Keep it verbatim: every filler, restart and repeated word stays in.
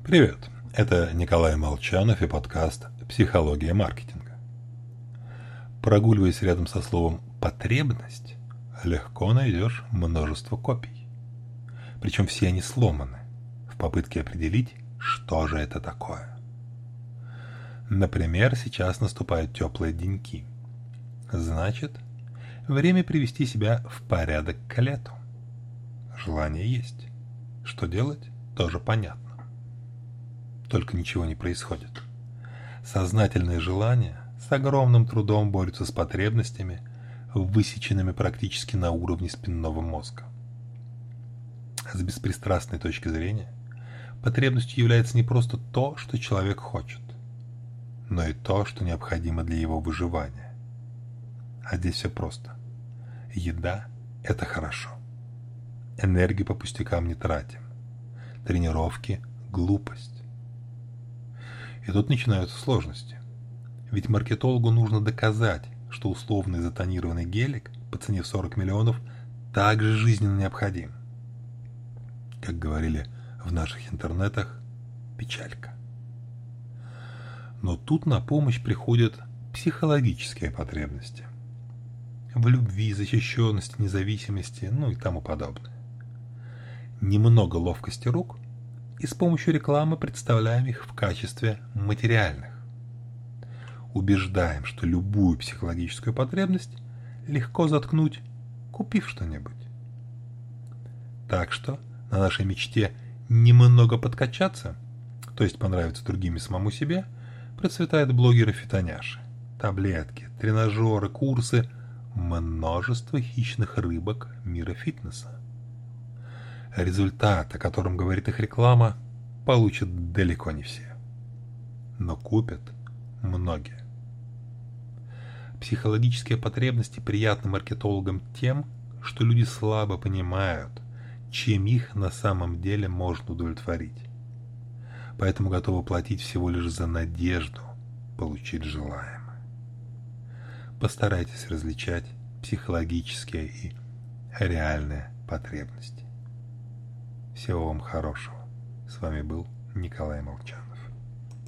Привет, это Николай Молчанов и подкаст «Психология маркетинга». Прогуливаясь рядом со словом «потребность», легко найдешь множество копий. Причем все они сломаны в попытке определить, что же это такое. Например, сейчас наступают теплые деньки. Значит, время привести себя в порядок к лету. Желание есть. Что делать, тоже понятно. Только ничего не происходит. Сознательные желания с огромным трудом борются с потребностями, высеченными практически на уровне спинного мозга. С беспристрастной точки зрения, потребностью является не просто то, что человек хочет, но и то, что необходимо для его выживания. А здесь все просто. Еда – это хорошо. Энергию по пустякам не тратим. Тренировки – глупость. И тут начинаются сложности. Ведь маркетологу нужно доказать, что условный затонированный гелик по цене в сорок миллионов также жизненно необходим. Как говорили в наших интернетах, печалька. Но тут на помощь приходят психологические потребности. В любви, защищенности, независимости, ну и тому подобное. Немного ловкости рук, и с помощью рекламы представляем их в качестве материальных. Убеждаем, что любую психологическую потребность легко заткнуть, купив что-нибудь. Так что на нашей мечте немного подкачаться, то есть понравиться другим и самому себе, процветают блогеры-фитоняши, таблетки, тренажеры, курсы, множество хищных рыбок мира фитнеса. Результат, о котором говорит их реклама, получат далеко не все. Но купят многие. Психологические потребности приятны маркетологам тем, что люди слабо понимают, чем их на самом деле можно удовлетворить. Поэтому готовы платить всего лишь за надежду получить желаемое. Постарайтесь различать психологические и реальные потребности. Всего вам хорошего. С вами был Николай Молчанов.